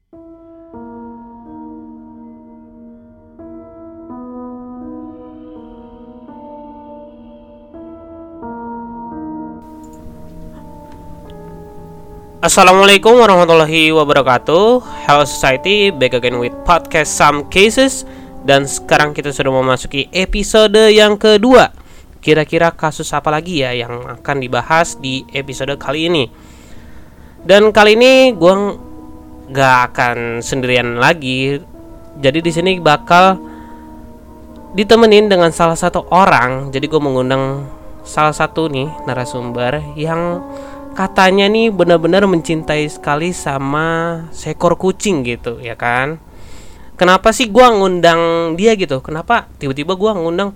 Assalamualaikum warahmatullahi wabarakatuh. Hello society, back again with podcast Some Cases. Dan sekarang kita sudah memasuki episode yang kedua. Kira-kira kasus apa lagi ya yang akan dibahas di episode kali ini? Dan kali ini gue gak akan sendirian lagi. Jadi di sini bakal ditemenin dengan salah satu orang. Jadi gue mengundang salah satu nih narasumber yang katanya nih benar-benar mencintai sekali sama seekor kucing gitu ya kan. Kenapa sih gua ngundang dia gitu? Kenapa tiba-tiba gua ngundang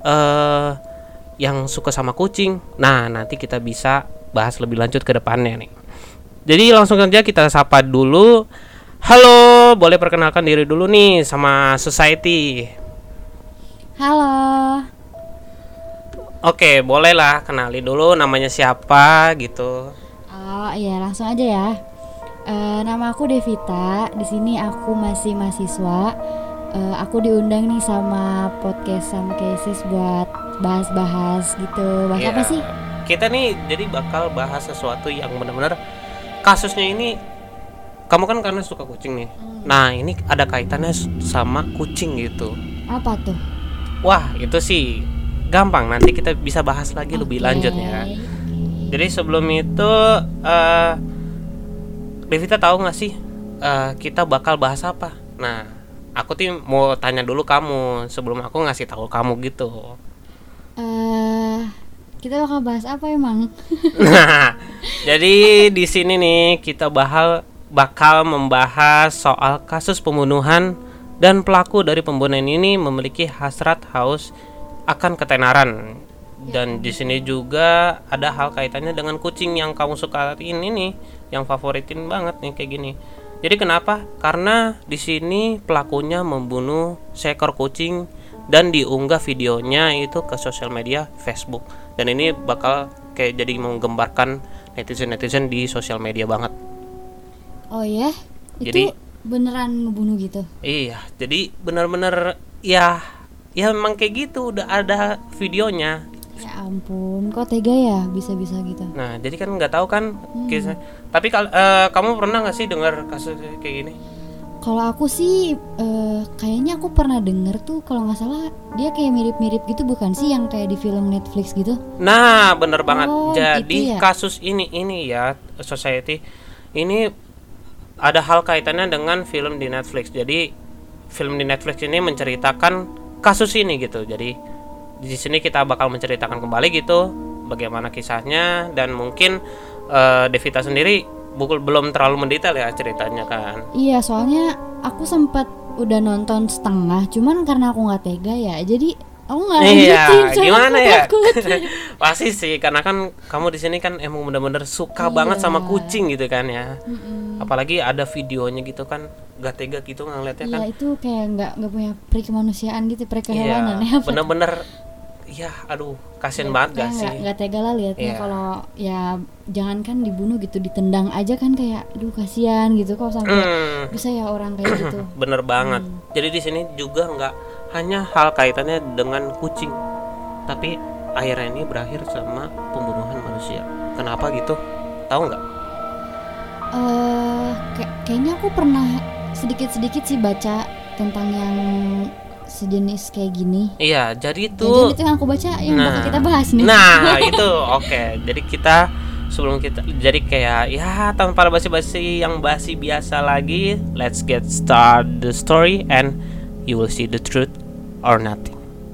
yang suka sama kucing? Nah, nanti kita bisa bahas lebih lanjut ke depannya nih. Jadi langsung saja kita sapa dulu. Halo, boleh perkenalkan diri dulu nih sama society. Halo. Oke, bolehlah kenali dulu namanya siapa gitu. Oh iya, langsung aja ya. Nama aku Devita. Di sini aku masih mahasiswa. Aku diundang nih sama podcast Some Cases buat bahas-bahas gitu. Bahas apa sih? Kita nih jadi bakal bahas sesuatu yang benar-benar kasusnya ini. Kamu kan karena suka kucing nih. Nah, ini ada kaitannya sama kucing gitu. Apa tuh? Wah, itu sih gampang, nanti kita bisa bahas lagi lebih lanjut ya. Jadi sebelum itu Devita tahu gak sih kita bakal bahas apa? Nah, aku tuh mau tanya dulu kamu sebelum aku ngasih tahu kamu gitu. Kita bakal bahas apa emang? Nah, jadi di sini nih kita bakal membahas soal kasus pembunuhan dan pelaku dari pembunuhan ini memiliki hasrat haus akan ketenaran. Dan di sini juga ada hal kaitannya dengan kucing yang kamu suka ini nih, yang favoritin banget nih kayak gini. Jadi kenapa? Karena di sini pelakunya membunuh seekor kucing dan diunggah videonya itu ke sosial media Facebook. Dan ini bakal kayak jadi menggembarkan netizen di sosial media banget. Oh ya? Jadi itu beneran ngebunuh gitu? Iya, jadi benar-benar ya emang kayak gitu, udah ada videonya. Ya ampun, kok tega ya bisa-bisa gitu. Nah, jadi kan nggak tahu kan kisah. Tapi kamu pernah nggak sih dengar kasus kayak gini? Kalau aku sih kayaknya aku pernah denger tuh, kalau nggak salah dia kayak mirip-mirip gitu, bukan sih yang kayak di film Netflix gitu? Nah, bener banget. Oh, Jadi gitu ya? kasus ini ya society ini ada hal kaitannya dengan film di Netflix. Jadi film di Netflix ini menceritakan kasus ini gitu. Jadi di sini kita bakal menceritakan kembali gitu bagaimana kisahnya, dan mungkin Devita sendiri belum terlalu mendetail ya ceritanya kan. Iya, soalnya aku sempat udah nonton setengah, cuman karena aku nggak tega ya, jadi aku nggak lanjutin. Iya, gimana ya? Takut. Pasti sih, karena kan kamu di sini kan emang bener-bener suka banget sama kucing gitu kan ya. Apalagi ada videonya gitu kan, gak tega gitu ngeliatnya kan. Iya, itu kayak nggak punya peri kemanusiaan gitu, peri kehewanan ya. Bener-bener, ya aduh kasian banget gak sih? Nggak tega lah liatnya. Kalau ya jangankan dibunuh gitu, ditendang aja kan kayak, aduh kasihan gitu kok sampai bisa ya orang kayak gitu. Bener banget. Jadi di sini juga nggak hanya hal kaitannya dengan kucing, tapi akhirnya ini berakhir sama pembunuhan manusia. Kenapa gitu? Tahu nggak? Kayaknya aku pernah sedikit-sedikit sih baca tentang yang sejenis kayak gini. Iya, jadi itu yang aku baca yang bakal kita bahas nih. Nah, itu oke. Jadi kita sebelum kita jadi kayak ya tanpa basi-basi yang basi biasa lagi, let's get start the story and you will see the truth or nothing.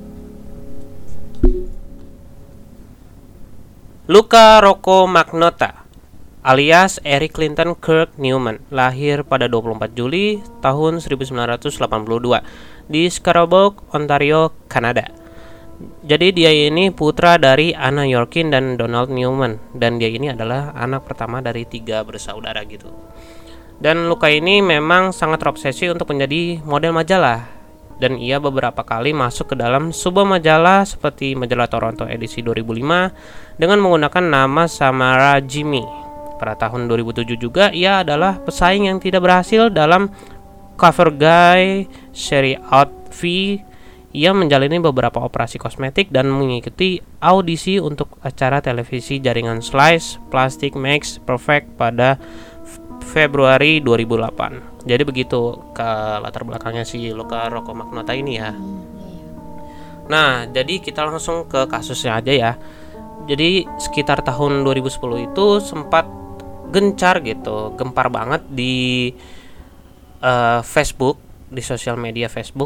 Luca Rocco Magnotta alias Eric Clinton Kirk Newman lahir pada 24 Juli tahun 1982 di Scarborough, Ontario, Kanada. Jadi dia ini putra dari Anna Yorkin dan Donald Newman, dan dia ini adalah anak pertama dari 3 bersaudara gitu. Dan Luca ini memang sangat terobsesi untuk menjadi model majalah, dan ia beberapa kali masuk ke dalam sebuah majalah seperti majalah Toronto edisi 2005 dengan menggunakan nama Samara Jimmy. pada tahun 2007 juga ia adalah pesaing yang tidak berhasil dalam Cover Guy seri Out V. Ia menjalani beberapa operasi kosmetik dan mengikuti audisi untuk acara televisi jaringan Slice Plastic Makes Perfect pada Februari 2008. Jadi begitu ke latar belakangnya si Luka Rocco Magnotta ini ya. Nah, jadi kita langsung ke kasusnya aja ya. Jadi sekitar tahun 2010 itu sempat gencar gitu, gempar banget di Facebook, di sosial media Facebook.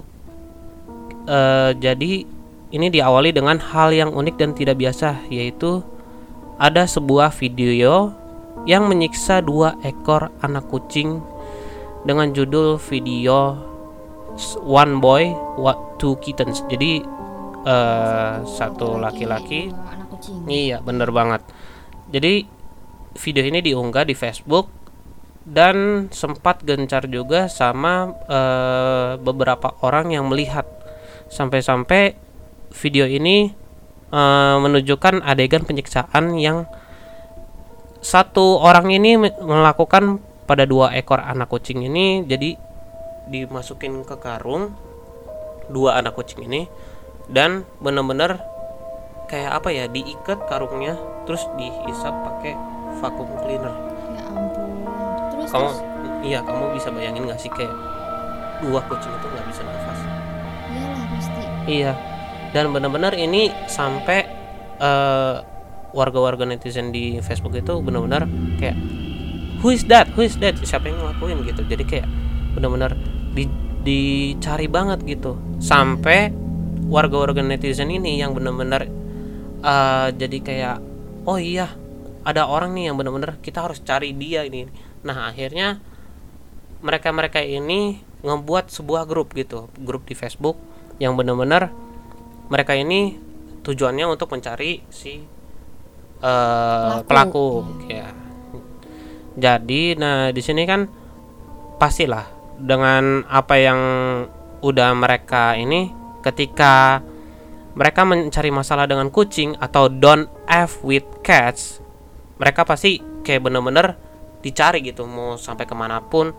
Jadi ini diawali dengan hal yang unik dan tidak biasa, yaitu ada sebuah video yang menyiksa 2 ekor anak kucing dengan judul video One Boy, Two Kittens. Jadi satu laki-laki, anak kucing. iya bener banget. Jadi video ini diunggah di Facebook dan sempat gencar juga sama beberapa orang yang melihat. Sampai-sampai video ini menunjukkan adegan penyiksaan yang satu orang ini melakukan pada 2 ekor anak kucing ini. Jadi dimasukin ke karung 2 anak kucing ini dan benar-benar kayak apa ya, diikat karungnya terus dihisap pakai vacuum cleaner. Ya ampun. Terus kamu bisa bayangin nggak sih kayak 2 kucing itu nggak bisa nafas? Iyalah pasti. Iya, dan benar-benar ini sampai warga-warga netizen di Facebook itu benar-benar kayak who is that, siapa yang ngelakuin gitu. Jadi kayak benar-benar dicari banget gitu, sampai warga-warga netizen ini yang benar-benar jadi kayak oh iya ada orang nih yang benar-benar kita harus cari dia ini. Nah akhirnya mereka ini ngebuat sebuah grup gitu, grup di Facebook yang benar-benar mereka ini tujuannya untuk mencari si pelaku. Ya. Jadi nah di sini kan pastilah dengan apa yang udah mereka ini, ketika mereka mencari masalah dengan kucing atau don't F with cats, mereka pasti kayak bener-bener dicari gitu, mau sampai kemanapun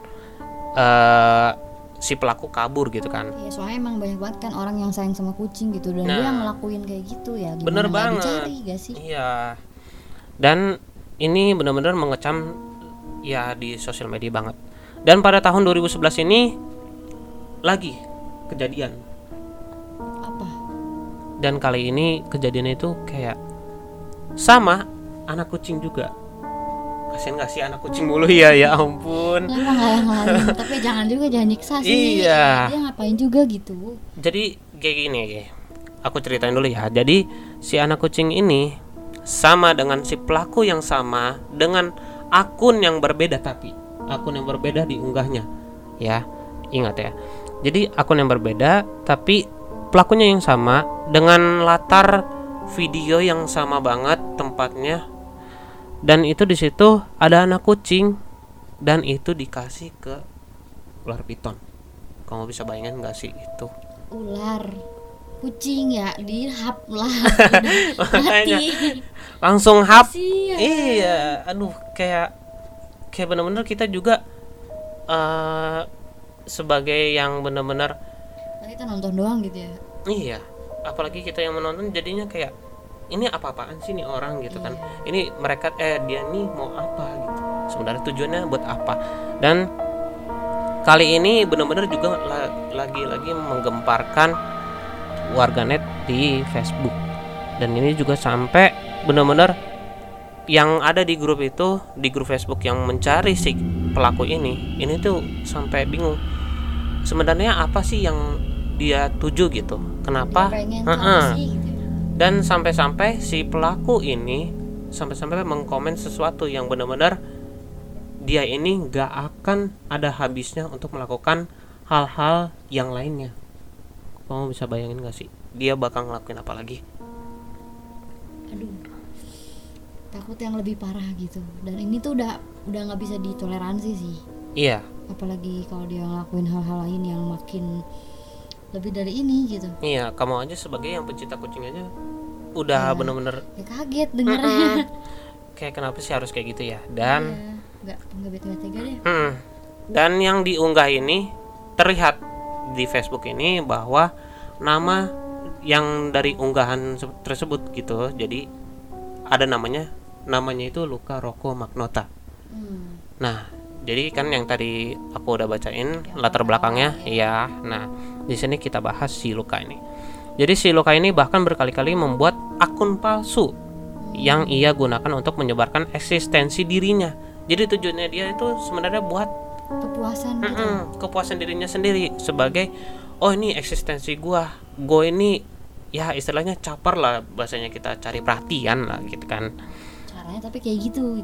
si pelaku kabur gitu kan. Iya, soalnya emang banyak banget kan orang yang sayang sama kucing gitu, dan dia ngelakuin kayak gitu ya, gimana bener gak banget dicari gak sih? Iya. Dan ini benar-benar mengecam ya di sosial media banget. Dan pada tahun 2011 ini lagi kejadian. Apa? Dan kali ini kejadiannya itu kayak sama anak kucing juga. Kasian gak sih anak kucing mulu ya, ya ampun. Emang gak yang lain, tapi jangan nyiksa sih. Iya. Dia ngapain juga gitu. Jadi kayak gini ya, aku ceritain dulu ya. Jadi si anak kucing ini sama dengan si pelaku yang sama dengan akun yang berbeda, tapi akun yang berbeda diunggahnya. Ya, ingat ya. Jadi akun yang berbeda tapi pelakunya yang sama dengan latar video yang sama banget tempatnya. Dan itu di situ ada anak kucing dan itu dikasih ke ular piton. Kamu bisa bayangin nggak sih itu? Ular, kucing ya dihap lah. Makanya langsung hap. Kasian. Iya, aduh kayak benar-benar kita juga sebagai yang benar-benar kita nonton doang gitu ya. Iya, apalagi kita yang menonton jadinya kayak ini apa-apaan sih nih orang gitu kan. Ini mereka dia nih mau apa gitu. Sebenarnya tujuannya buat apa? Dan kali ini benar-benar juga lagi-lagi menggemparkan warganet di Facebook. Dan ini juga sampai benar-benar yang ada di grup itu, di grup Facebook yang mencari si pelaku ini tuh sampai bingung. Sebenarnya apa sih yang dia tuju gitu? Kenapa? Sih, gitu. Dan sampai-sampai si pelaku ini sampai mengkomen sesuatu yang benar-benar dia ini gak akan ada habisnya untuk melakukan hal-hal yang lainnya. Kamu bisa bayangin gak sih dia bakal ngelakuin apa lagi? Aduh, takut yang lebih parah gitu. Dan ini tuh udah gak bisa ditoleransi sih. Iya. Apalagi kalau dia ngelakuin hal-hal lain yang makin lebih dari ini gitu. Iya, kamu aja sebagai yang pecinta kucing aja udah bener-bener ya kaget dengernya. kayak kenapa sih harus kayak gitu ya. Dan nggak tega deh. Dan yang diunggah ini terlihat di Facebook ini bahwa nama yang dari unggahan tersebut gitu, jadi ada namanya itu Luca Rocco Magnotta. Nah, jadi kan yang tadi aku udah bacain latar belakangnya ya. Nah, di sini kita bahas si Luca ini. Jadi si Luca ini bahkan berkali-kali membuat akun palsu yang ia gunakan untuk menyebarkan eksistensi dirinya. Jadi tujuannya dia itu sebenarnya buat kepuasan kepuasan dirinya sendiri sebagai ini eksistensi gue ini ya istilahnya caper lah, bahasanya kita cari perhatian lah gitu kan. Caranya tapi kayak gitu.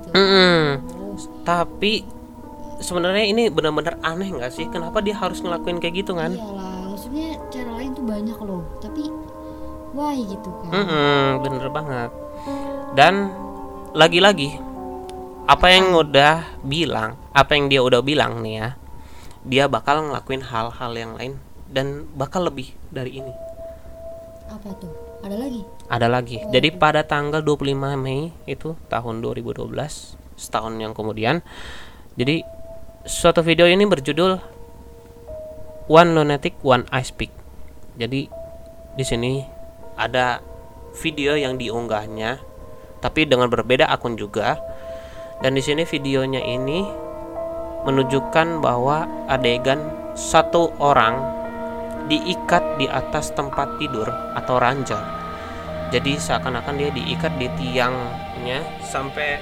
Tapi sebenarnya ini benar-benar aneh nggak sih, kenapa dia harus ngelakuin kayak gitu kan? Iyalah, maksudnya cara lain tuh banyak loh, tapi why gitu kan? Bener banget. Dan lagi-lagi apa yang dia udah bilang nih ya, dia bakal ngelakuin hal-hal yang lain dan bakal lebih dari ini. Apa tuh? Ada lagi? Jadi pada tanggal 25 Mei itu tahun 2012, setahun yang kemudian, jadi suatu video ini berjudul One Lunatic One I Speak. Jadi di sini ada video yang diunggahnya tapi dengan berbeda akun juga. Dan di sini videonya ini menunjukkan bahwa adegan satu orang diikat di atas tempat tidur atau ranjang. Jadi seakan-akan dia diikat di tiangnya sampai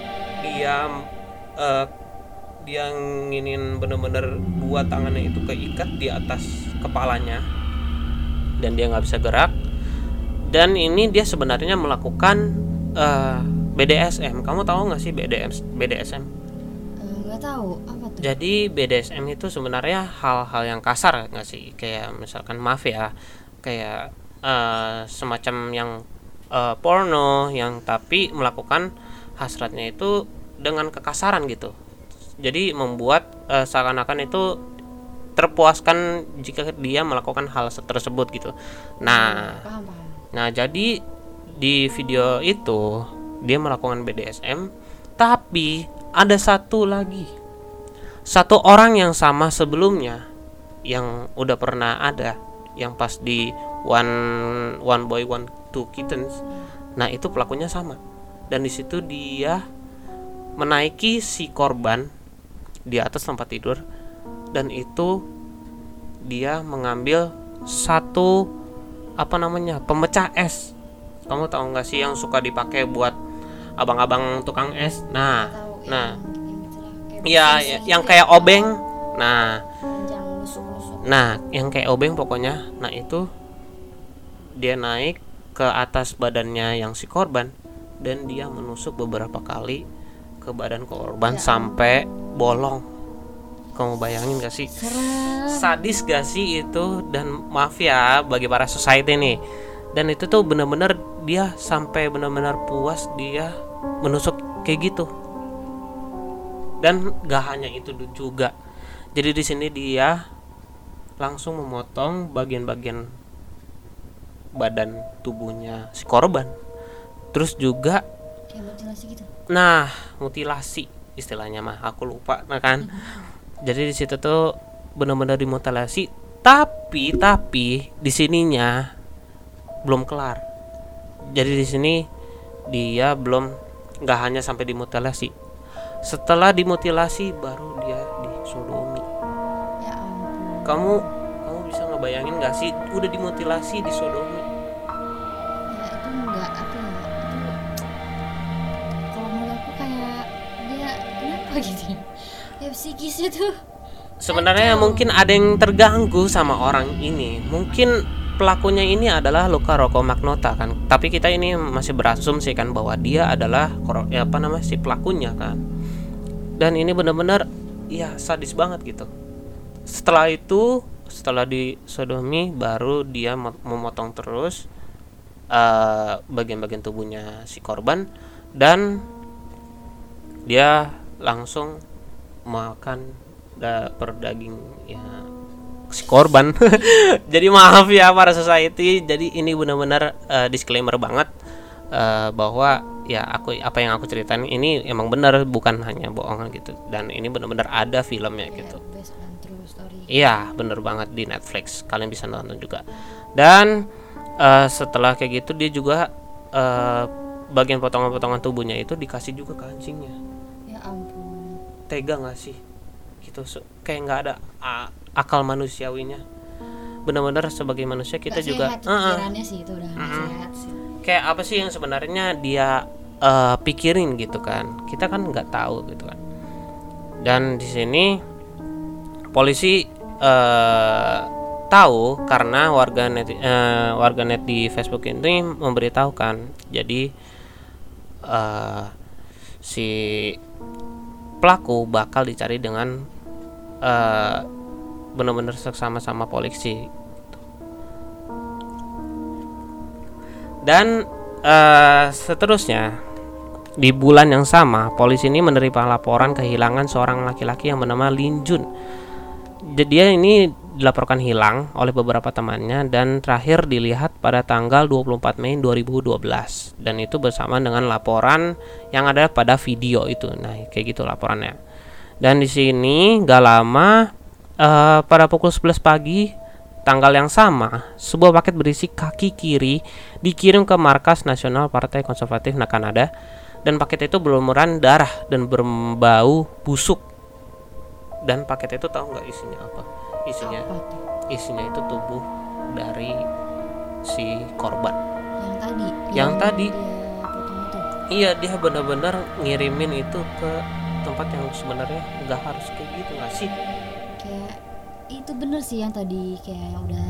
dia nginin bener-bener dua tangannya itu keikat di atas kepalanya dan dia nggak bisa gerak. Dan ini dia sebenarnya melakukan BDSM. Kamu tahu nggak sih BDSM? Nggak tahu apa tuh. Jadi BDSM itu sebenarnya hal-hal yang kasar nggak sih? Kayak misalkan maaf ya, kayak semacam yang porno yang tapi melakukan hasratnya itu dengan kekasaran gitu. Jadi membuat seakan-akan itu terpuaskan jika dia melakukan hal tersebut gitu. Nah, Paham. Nah, jadi di video itu dia melakukan BDSM, tapi ada satu orang yang sama sebelumnya yang udah pernah ada, yang pas di one boy one two kittens. Nah, itu pelakunya sama. Dan di situ dia menaiki si korban di atas tempat tidur, dan itu dia mengambil satu pemecah es. Kamu tahu nggak sih yang suka dipakai buat abang-abang tukang es? Yang kayak obeng. Yang kayak obeng pokoknya. Nah, itu dia naik ke atas badannya yang si korban dan dia menusuk beberapa kali ke badan korban sampai bolong. Kamu bayangin gak sih? Sadis gak sih itu? Dan maaf ya bagi para society nih. Dan itu tuh benar-benar dia sampai benar-benar puas dia menusuk kayak gitu. Dan gak hanya itu juga. Jadi di sini dia langsung memotong bagian-bagian badan tubuhnya si korban. Terus juga kayak mutilasi gitu. Nah, mutilasi istilahnya mah, aku lupa kan. Jadi di situ tuh benar-benar dimutilasi, tapi di sininya belum kelar. Jadi di sini dia nggak hanya sampai dimutilasi. Setelah dimutilasi baru dia disodomi. Ya ampun. Kamu bisa ngebayangin nggak sih udah dimutilasi disodomi? Ya itu nggak itu kalau menurut aku kayak dia kenapa gitu ya? Ya psikisnya tuh sebenarnya mungkin ada yang terganggu sama orang ini. Mungkin pelakunya ini adalah Luca Rocco Magnotta kan. Tapi kita ini masih berasumsi kan bahwa dia adalah si pelakunya kan. Dan ini benar-benar ya sadis banget gitu. Setelah disodomi baru dia memotong terus bagian-bagian tubuhnya si korban dan dia langsung makan per daging ya si korban. Jadi maaf ya para society, jadi ini benar-benar disclaimer banget. bahwa ya apa yang aku ceritain ini emang benar, bukan hanya bohongan gitu, dan ini benar-benar ada filmnya gitu. Based on true story. Iya, bener banget, di Netflix, kalian bisa nonton juga. Dan setelah kayak gitu dia juga bagian potongan-potongan tubuhnya itu dikasih juga ke anjingnya. Ya ampun. Tega nggak sih gitu, kayak nggak ada akal manusiawinya. Benar-benar sebagai manusia kita Gak juga sehat pikirannya sih, itu udah nggak sehat sih. kayak apa sih yang sebenarnya dia pikirin gitu kan, kita kan nggak tahu gitu kan. Dan di sini polisi tahu karena warganet di Facebook ini memberitahukan. Jadi si pelaku bakal dicari dengan benar-benar sama-sama polisi. Dan seterusnya di bulan yang sama, polisi ini menerima laporan kehilangan seorang laki-laki yang bernama Lin Jun. Jadi dia ini dilaporkan hilang oleh beberapa temannya dan terakhir dilihat pada tanggal 24 Mei 2012, dan itu bersamaan dengan laporan yang ada pada video itu. Nah, kayak gitu laporannya. Dan di sini gak lama pada pukul 11 pagi tanggal yang sama, sebuah paket berisi kaki kiri dikirim ke markas nasional Partai Konservatif Kanada, dan paket itu berlumuran darah dan berbau busuk. Dan paket itu tahu nggak isinya apa? Isinya itu tubuh dari si korban. Yang tadi. Dia potong itu. Iya, dia benar-benar ngirimin itu ke tempat yang sebenarnya nggak harus kayak gitu, nggak sih? Kayak itu bener sih yang tadi kayak udah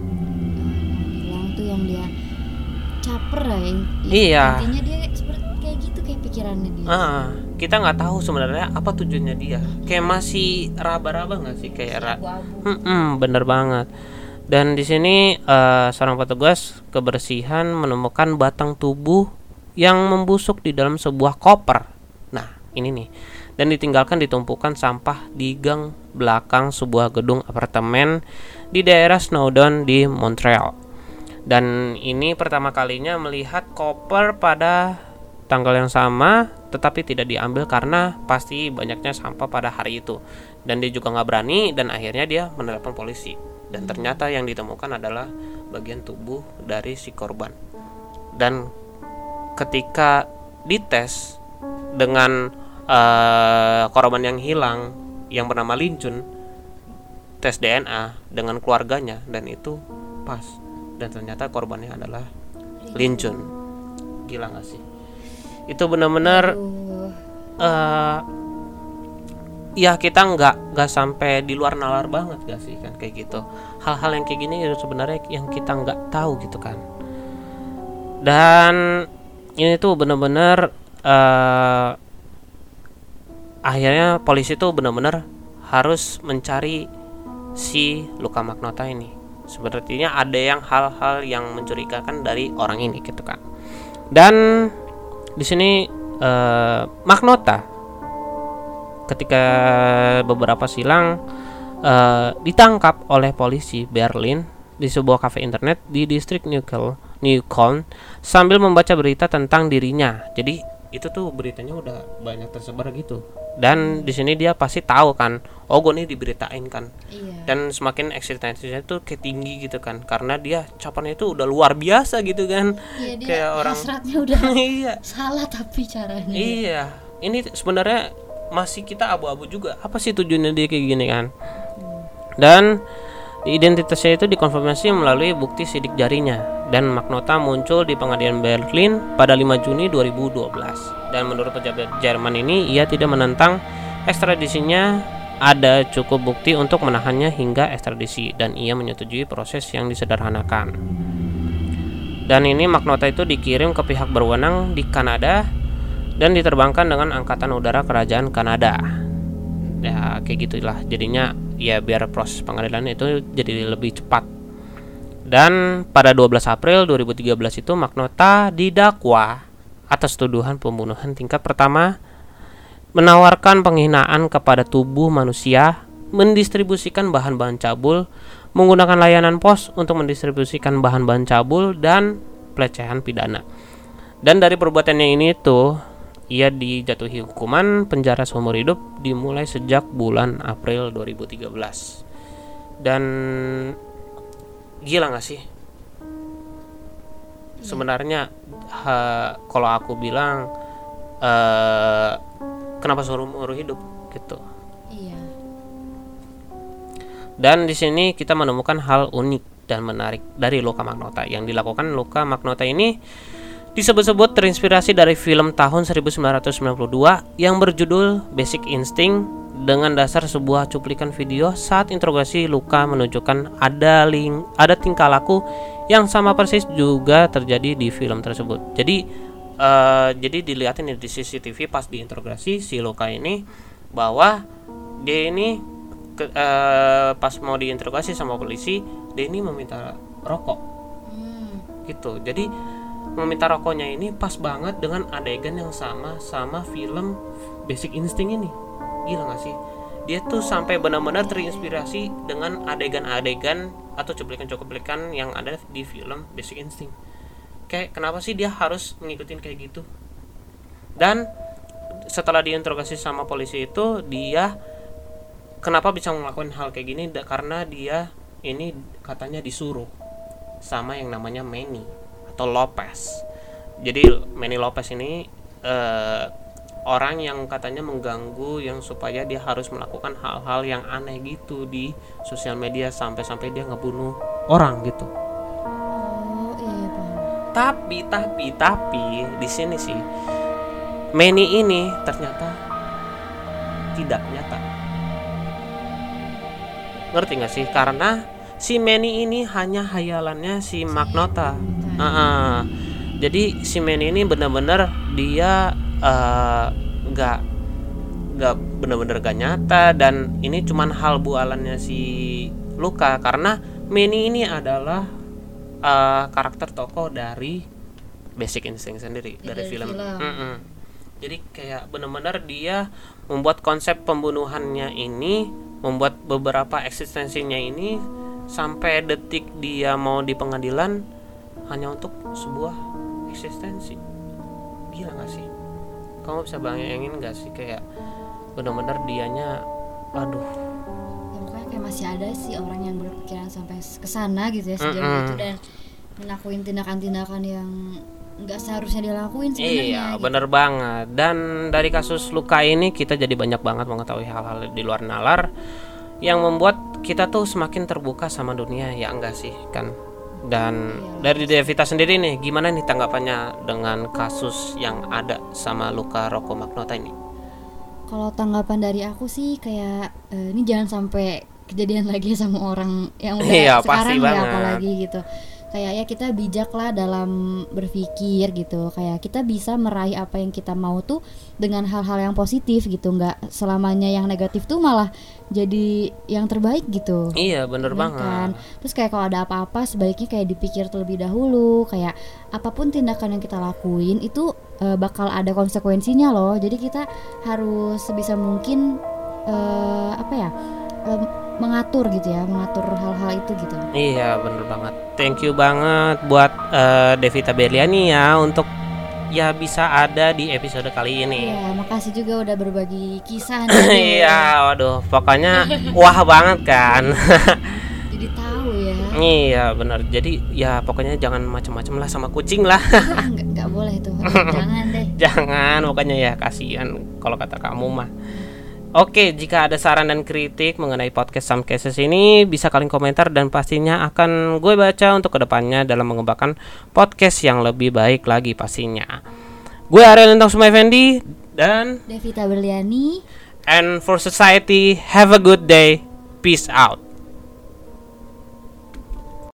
bilang tuh, yang dia caper ya. Iya. Intinya dia seperti kayak gitu, kayak pikirannya dia. Kita nggak tahu sebenarnya apa tujuannya dia. Kayak masih raba-raba nggak sih, kayak bener banget. Dan di sini seorang petugas kebersihan menemukan batang tubuh yang membusuk di dalam sebuah koper. Nah, ini nih. Dan ditinggalkan di tumpukan sampah di gang belakang sebuah gedung apartemen di daerah Snowdon di Montreal. Dan ini pertama kalinya melihat koper pada tanggal yang sama, tetapi tidak diambil karena pasti banyaknya sampah pada hari itu. Dan dia juga nggak berani, dan akhirnya dia menelepon polisi. Dan ternyata yang ditemukan adalah bagian tubuh dari si korban. Dan ketika dites dengan korban yang hilang yang bernama Lin Jun, tes DNA dengan keluarganya, dan itu pas. Dan ternyata korbannya adalah Lin Jun. Gila gak sih? Itu benar-benar ya kita nggak sampai di luar nalar banget gak sih kan kayak gitu. Hal-hal yang kayak gini sebenarnya yang kita nggak tahu gitu kan. Dan ini tuh benar-benar akhirnya polisi tuh benar-benar harus mencari si Luka Magnotta ini. Sepertinya ada yang hal-hal yang mencurigakan dari orang ini gitu kan. Dan di sini Magnotta ketika beberapa silang ditangkap oleh polisi Berlin di sebuah kafe internet di distrik Neukölln sambil membaca berita tentang dirinya. Jadi itu tuh beritanya udah banyak tersebar gitu. Dan di sini dia pasti tahu kan, oh gue nih diberitain kan. Iya. Dan semakin eksistensinya tuh kayak tinggi gitu kan, karena dia capannya itu udah luar biasa gitu kan. Iya, dia kayak orang hasratnya udah iya. salah tapi caranya. Iya, ini sebenarnya masih kita abu-abu juga. Apa sih tujuannya dia kayak gini kan? Dan identitasnya itu dikonfirmasi melalui bukti sidik jarinya. Dan Magnotta muncul di pengadilan Berlin pada 5 Juni 2012. Dan menurut pejabat Jerman ini, ia tidak menentang ekstradisinya. Ada cukup bukti untuk menahannya hingga ekstradisi, dan ia menyetujui proses yang disederhanakan. Dan ini Magnotta itu dikirim ke pihak berwenang di Kanada dan diterbangkan dengan angkatan udara kerajaan Kanada. Ya kayak gitulah jadinya, ya biar proses pengadilan itu jadi lebih cepat. Dan pada 12 April 2013 itu Magnotta didakwa atas tuduhan pembunuhan tingkat pertama, menawarkan penghinaan kepada tubuh manusia, mendistribusikan bahan-bahan cabul, menggunakan layanan pos untuk mendistribusikan bahan-bahan cabul, dan pelecehan pidana. Dan dari perbuatannya ini tuh ia dijatuhi hukuman penjara seumur hidup dimulai sejak bulan April 2013. Dan gila gak sih? Sebenarnya kalau aku bilang kenapa seumur hidup gitu. Iya. Dan di sini kita menemukan hal unik dan menarik dari Luka Magnotta. Yang dilakukan Luka Magnotta ini disebut-sebut terinspirasi dari film tahun 1992 yang berjudul Basic Instinct, dengan dasar sebuah cuplikan video saat interogasi Luka menunjukkan ada tingkah laku yang sama persis juga terjadi di film tersebut. Jadi dilihatin di CCTV pas diinterogasi si Luka ini bahwa dia ini pas mau diinterogasi sama polisi, dia ini meminta rokok. Gitu. Jadi meminta rokoknya ini pas banget dengan adegan yang sama film Basic Instinct ini. Gila gak sih? Dia tuh sampai benar-benar terinspirasi dengan adegan-adegan atau cuplikan-cuplikan yang ada di film Basic Instinct. Kayak kenapa sih dia harus ngikutin kayak gitu? Dan setelah diinterogasi sama polisi itu, dia kenapa bisa ngelakuin hal kayak gini? Karena dia ini katanya disuruh sama yang namanya Manny atau Lopez. Jadi Manny Lopez ini orang yang katanya mengganggu yang supaya dia harus melakukan hal-hal yang aneh gitu di sosial media sampai dia ngebunuh orang gitu. Oh iya Tapi paham. di sini sih Manny ini ternyata tidak nyata. Ngerti nggak sih? Karena si Manny ini hanya hayalannya si Magnotta. Jadi si Manny ini benar-benar dia nggak benar-benar gak nyata, dan ini cuman hal bualannya si Luka, karena Manny ini adalah karakter tokoh dari Basic Instinct sendiri, dari film. Jadi kayak benar-benar dia membuat konsep pembunuhannya ini, membuat beberapa eksistensinya ini sampai detik dia mau di pengadilan hanya untuk sebuah eksistensi. Gila gak sih? Kamu bisa bayangin gak sih kayak benar-benar dianya, aduh. Ya makanya kayak masih ada sih orang yang berpikiran sampai kesana gitu ya sejauh itu, dan ngelakuin tindakan-tindakan yang nggak seharusnya dilakuin sebenarnya. Iya, gitu. bener banget. Dan dari kasus Luka ini kita jadi banyak banget mengetahui hal-hal di luar nalar yang membuat kita tuh semakin terbuka sama dunia, ya enggak sih kan? Dan dari Devita sendiri nih, gimana nih tanggapannya dengan kasus yang ada sama Luka Rocco Magnotta ini? Kalau tanggapan dari aku sih kayak ini jangan sampai kejadian lagi sama orang yang udah Iya, pasti sekarang ya, banget. apalagi gitu. Kayak ya kita bijak lah dalam berpikir gitu. Kayak kita bisa meraih apa yang kita mau tuh dengan hal-hal yang positif gitu. Nggak selamanya yang negatif tuh malah jadi yang terbaik gitu. Iya, bener banget. Kan? Terus kayak kalau ada apa-apa sebaiknya kayak dipikir terlebih dahulu. Kayak apapun tindakan yang kita lakuin itu bakal ada konsekuensinya loh. Jadi kita harus sebisa mungkin mengatur gitu ya, mengatur hal-hal itu gitu. Iya, bener banget. Thank you banget buat Devita Berliani ya untuk ya bisa ada di episode kali ini. Iya, makasih juga udah berbagi kisah nih. Iya, waduh, pokoknya wah banget kan. Jadi tahu ya. Iya, bener. Jadi ya pokoknya jangan macam-macam lah sama kucing lah. Nggak boleh tuh. Jangan deh. Jangan, pokoknya ya kasihan kalau kata kamu mah. Oke, jika ada saran dan kritik mengenai podcast Some Cases ini, bisa kalian komentar dan pastinya akan gue baca untuk kedepannya dalam mengembangkan podcast yang lebih baik lagi pastinya. Gue Ariel Lintang Sumai Fendi dan Devita Berliani. And for society, have a good day. Peace out.